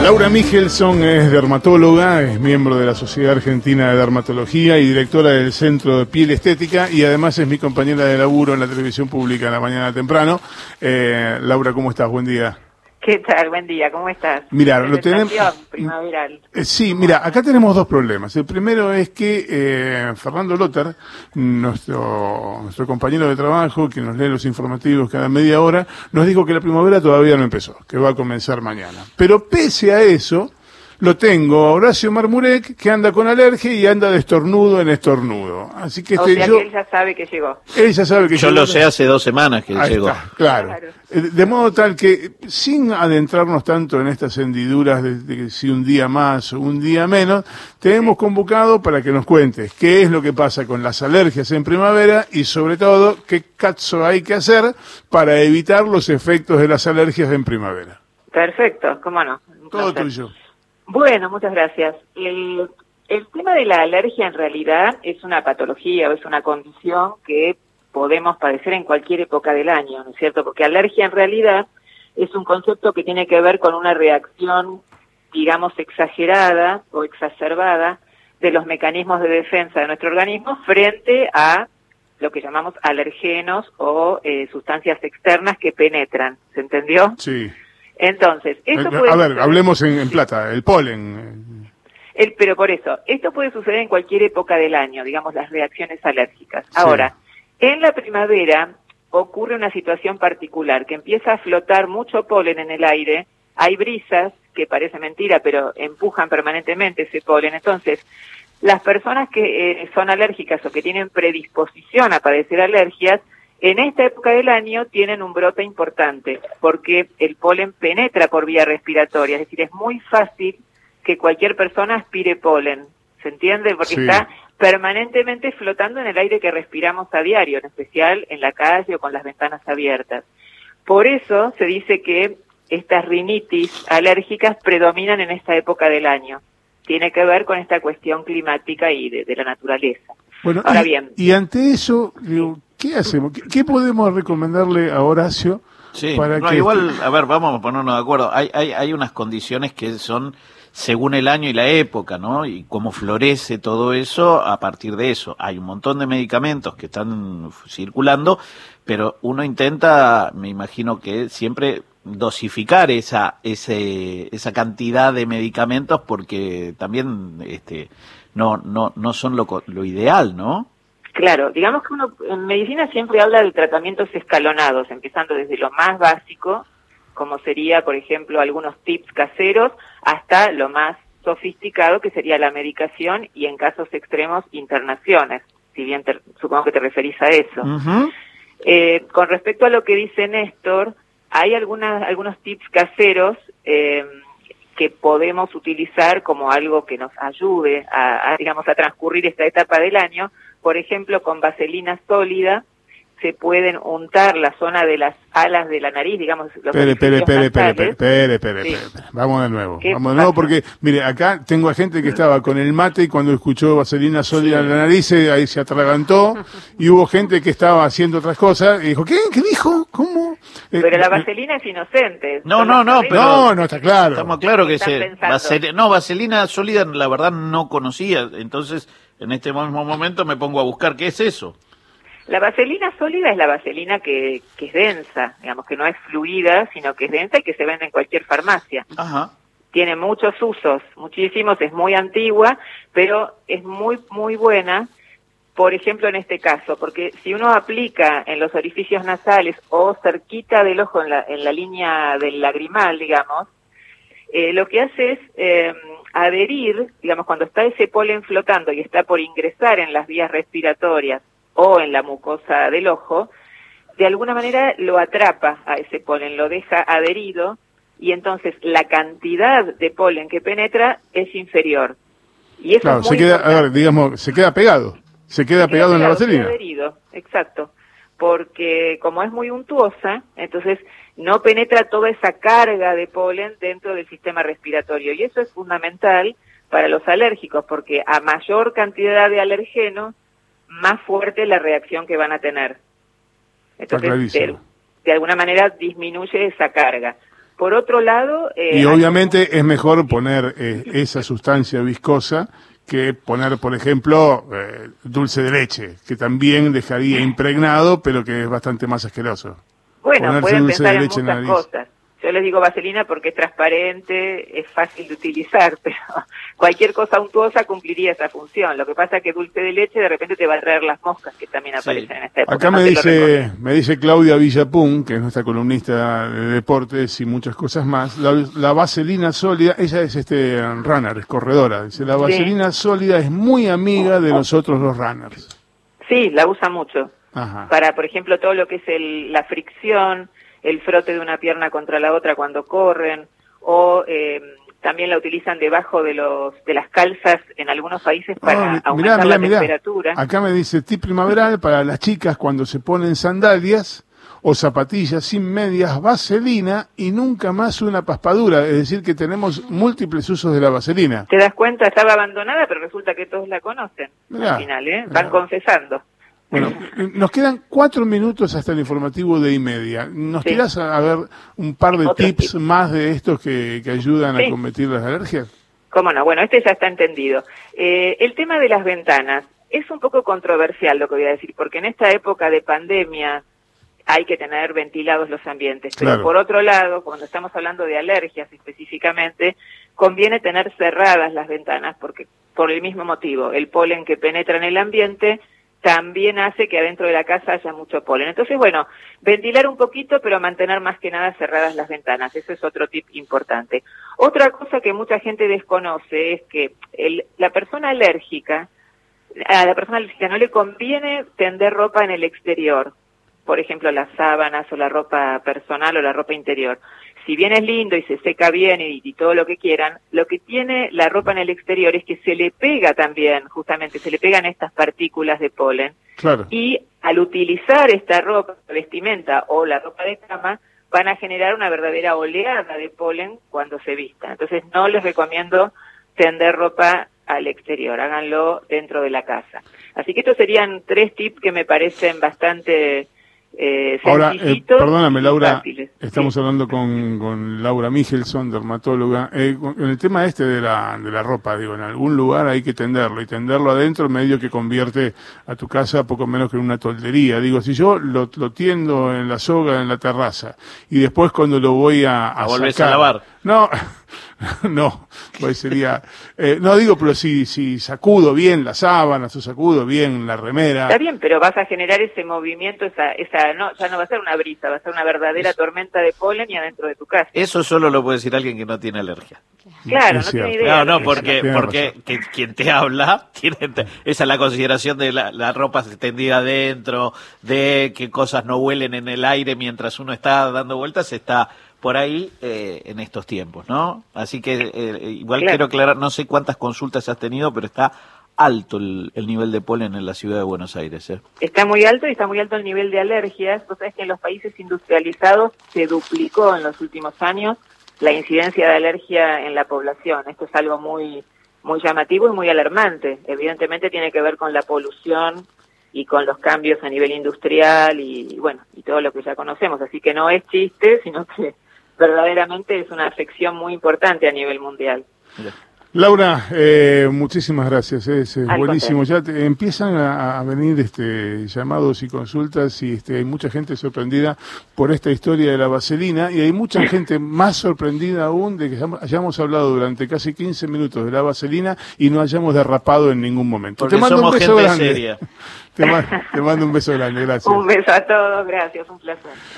Laura Michelson es dermatóloga, es miembro de la Sociedad Argentina de Dermatología y directora del Centro de Piel Estética, y además es mi compañera de laburo en la televisión pública en la mañana temprano. Laura, ¿cómo estás? Buen día. ¿Qué tal? Buen día, ¿cómo estás? Mira, lo tenemos primaveral. Sí, mira, acá tenemos dos problemas. El primero es que Fernando Lotter, nuestro compañero de trabajo, que nos lee los informativos cada media hora, nos dijo que la primavera todavía no empezó, que va a comenzar mañana. Pero pese a eso, lo tengo a Horacio Marmurek, que anda con alergia y anda de estornudo en estornudo. Así que o sea que él ya sabe que llegó. Él ya sabe que yo llegó. Lo sé hace 2 semanas que Ahí llegó. Está, claro. De modo tal que, sin adentrarnos tanto en estas hendiduras de si un día más o un día menos, te hemos convocado para que nos cuentes qué es lo que pasa con las alergias en primavera y, sobre todo, qué cazzo hay que hacer para evitar los efectos de las alergias en primavera. Perfecto, cómo no. Todo tuyo. Bueno, muchas gracias. El tema de la alergia en realidad es una patología o es una condición que podemos padecer en cualquier época del año, ¿no es cierto? Porque alergia en realidad es un concepto que tiene que ver con una reacción, digamos, exagerada o exacerbada de los mecanismos de defensa de nuestro organismo frente a lo que llamamos alergenos o sustancias externas que penetran. ¿Se entendió? Sí. Entonces, esto a ver, hablemos en plata, el polen. Pero por eso, esto puede suceder en cualquier época del año, digamos, las reacciones alérgicas. Sí. Ahora, en la primavera ocurre una situación particular, que empieza a flotar mucho polen en el aire, hay brisas, que parece mentira, pero empujan permanentemente ese polen. Entonces, las personas que son alérgicas o que tienen predisposición a padecer alergias, en esta época del año tienen un brote importante, porque el polen penetra por vía respiratoria, es decir, es muy fácil que cualquier persona aspire polen, ¿se entiende? Porque está permanentemente flotando en el aire que respiramos a diario, en especial en la calle o con las ventanas abiertas. Por eso se dice que estas rinitis alérgicas predominan en esta época del año. Tiene que ver con esta cuestión climática y de la naturaleza. Bueno, ahora bien. Y ante eso, digo, ¿qué hacemos? ¿Qué podemos recomendarle a Horacio? Sí, para que igual, a ver, vamos a ponernos de acuerdo. Hay unas condiciones que son según el año y la época, ¿no? Y cómo florece todo eso a partir de eso. Hay un montón de medicamentos que están circulando, pero uno intenta, me imagino que siempre dosificar esa cantidad de medicamentos porque también no son lo ideal, ¿no? Claro, digamos que uno en medicina siempre habla de tratamientos escalonados, empezando desde lo más básico, como sería, por ejemplo, algunos tips caseros, hasta lo más sofisticado, que sería la medicación y, en casos extremos, internaciones, si bien supongo que te referís a eso. Uh-huh. Con respecto a lo que dice Néstor, hay algunos tips caseros que podemos utilizar como algo que nos ayude a transcurrir esta etapa del año. Por ejemplo, con vaselina sólida se pueden untar la zona de las alas de la nariz, digamos, los Espere. Vamos de nuevo, porque, mire, acá tengo a gente que estaba con el mate y cuando escuchó vaselina sólida en la nariz, ahí se atragantó, y hubo gente que estaba haciendo otras cosas y dijo, ¿qué? ¿Qué dijo? ¿Cómo? Pero la vaselina es inocente. No, está claro. Estamos claros que vaselina sólida la verdad no conocía, entonces en este mismo momento me pongo a buscar qué es eso. La vaselina sólida es la vaselina que es densa, digamos, que no es fluida, sino que es densa y que se vende en cualquier farmacia. Ajá. Tiene muchos usos, muchísimos, es muy antigua, pero es muy, muy buena, por ejemplo, en este caso, porque si uno aplica en los orificios nasales o cerquita del ojo, en la línea del lagrimal, digamos, lo que hace es adherir, digamos, cuando está ese polen flotando y está por ingresar en las vías respiratorias o en la mucosa del ojo, de alguna manera lo atrapa a ese polen, lo deja adherido, y entonces la cantidad de polen que penetra es inferior. Y eso claro, es muy se queda pegado. Se queda pegado en la vaselina. Queda adherido, exacto. Porque como es muy untuosa, entonces no penetra toda esa carga de polen dentro del sistema respiratorio. Y eso es fundamental para los alérgicos, porque a mayor cantidad de alergenos, más fuerte la reacción que van a tener. Entonces, de alguna manera disminuye esa carga. Por otro lado... y obviamente es mejor poner esa sustancia viscosa que poner, por ejemplo, dulce de leche, que también dejaría impregnado, pero que es bastante más asqueroso. Bueno, Ponerse pueden dulce pensar de en leche muchas cosas. Yo les digo vaselina porque es transparente, es fácil de utilizar, pero cualquier cosa untuosa cumpliría esa función. Lo que pasa es que dulce de leche de repente te va a traer las moscas que también aparecen en esta época. Acá me dice Claudia Villapun, que es nuestra columnista de deportes y muchas cosas más, la vaselina sólida, ella es runner, es corredora, dice, la vaselina sólida es muy amiga de nosotros los runners. Sí, la usa mucho. Ajá. Para, por ejemplo, todo lo que es la fricción, el frote de una pierna contra la otra cuando corren, o también la utilizan debajo de las calzas en algunos países para aumentar la temperatura. Acá me dice tip primaveral para las chicas cuando se ponen sandalias o zapatillas sin medias, vaselina y nunca más una paspadura, es decir que tenemos múltiples usos de la vaselina. ¿Te das cuenta? Estaba abandonada, pero resulta que todos la conocen. Al final, van confesando. Bueno, nos quedan 4 minutos hasta el informativo de 1:30. ¿Nos tirás a ver un par de tips más de estos que ayudan a combatir las alergias? Cómo no, bueno, este ya está entendido. El tema de las ventanas es un poco controversial lo que voy a decir, porque en esta época de pandemia hay que tener ventilados los ambientes, pero por otro lado, cuando estamos hablando de alergias específicamente, conviene tener cerradas las ventanas, porque por el mismo motivo, el polen que penetra en el ambiente también hace que adentro de la casa haya mucho polen. Entonces, bueno, ventilar un poquito, pero mantener más que nada cerradas las ventanas. Eso es otro tip importante. Otra cosa que mucha gente desconoce es que a la persona alérgica no le conviene tender ropa en el exterior. Por ejemplo, las sábanas o la ropa personal o la ropa interior. Si bien es lindo y se seca bien y todo lo que quieran, lo que tiene la ropa en el exterior es que se le pega también, justamente, se le pegan estas partículas de polen. Claro. Y al utilizar esta ropa, vestimenta o la ropa de cama, van a generar una verdadera oleada de polen cuando se vistan. Entonces no les recomiendo tender ropa al exterior, háganlo dentro de la casa. Así que estos serían 3 tips que me parecen bastante... Ahora, perdóname, Laura, fáciles. estamos hablando con Laura Michelson, dermatóloga. En el tema de la ropa, digo, en algún lugar hay que tenderlo, y tenderlo adentro medio que convierte a tu casa poco menos que en una toldería. Digo, si yo lo tiendo en la soga, en la terraza, y después cuando lo voy a volvés sacar, a lavar. No, pues sería... no digo, pero si sacudo bien las sábanas o sacudo bien la remera... Está bien, pero vas a generar ese movimiento, ya no va a ser una brisa, va a ser una verdadera tormenta de polen y adentro de tu casa. Eso solo lo puede decir alguien que no tiene alergia. Claro, no tiene idea. No, porque quien te habla, esa es la consideración de la ropa tendida adentro, de que cosas no huelen en el aire mientras uno está dando vueltas, está... por ahí en estos tiempos, ¿no? Así que igual quiero aclarar, no sé cuántas consultas has tenido, pero está alto el nivel de polen en la ciudad de Buenos Aires. Está muy alto y está muy alto el nivel de alergias. Vos sabés que en los países industrializados se duplicó en los últimos años la incidencia de alergia en la población. Esto es algo muy, muy llamativo y muy alarmante. Evidentemente tiene que ver con la polución y con los cambios a nivel industrial y bueno, y todo lo que ya conocemos. Así que no es chiste, sino que verdaderamente es una afección muy importante a nivel mundial. Laura, muchísimas gracias, es buenísimo. Ya empiezan a venir llamados y consultas y hay mucha gente sorprendida por esta historia de la vaselina y hay mucha gente más sorprendida aún de que hayamos hablado durante casi 15 minutos de la vaselina y no hayamos derrapado en ningún momento. Porque te mando un beso grande. Seria. Te mando un beso grande, gracias. Un beso a todos, gracias, un placer.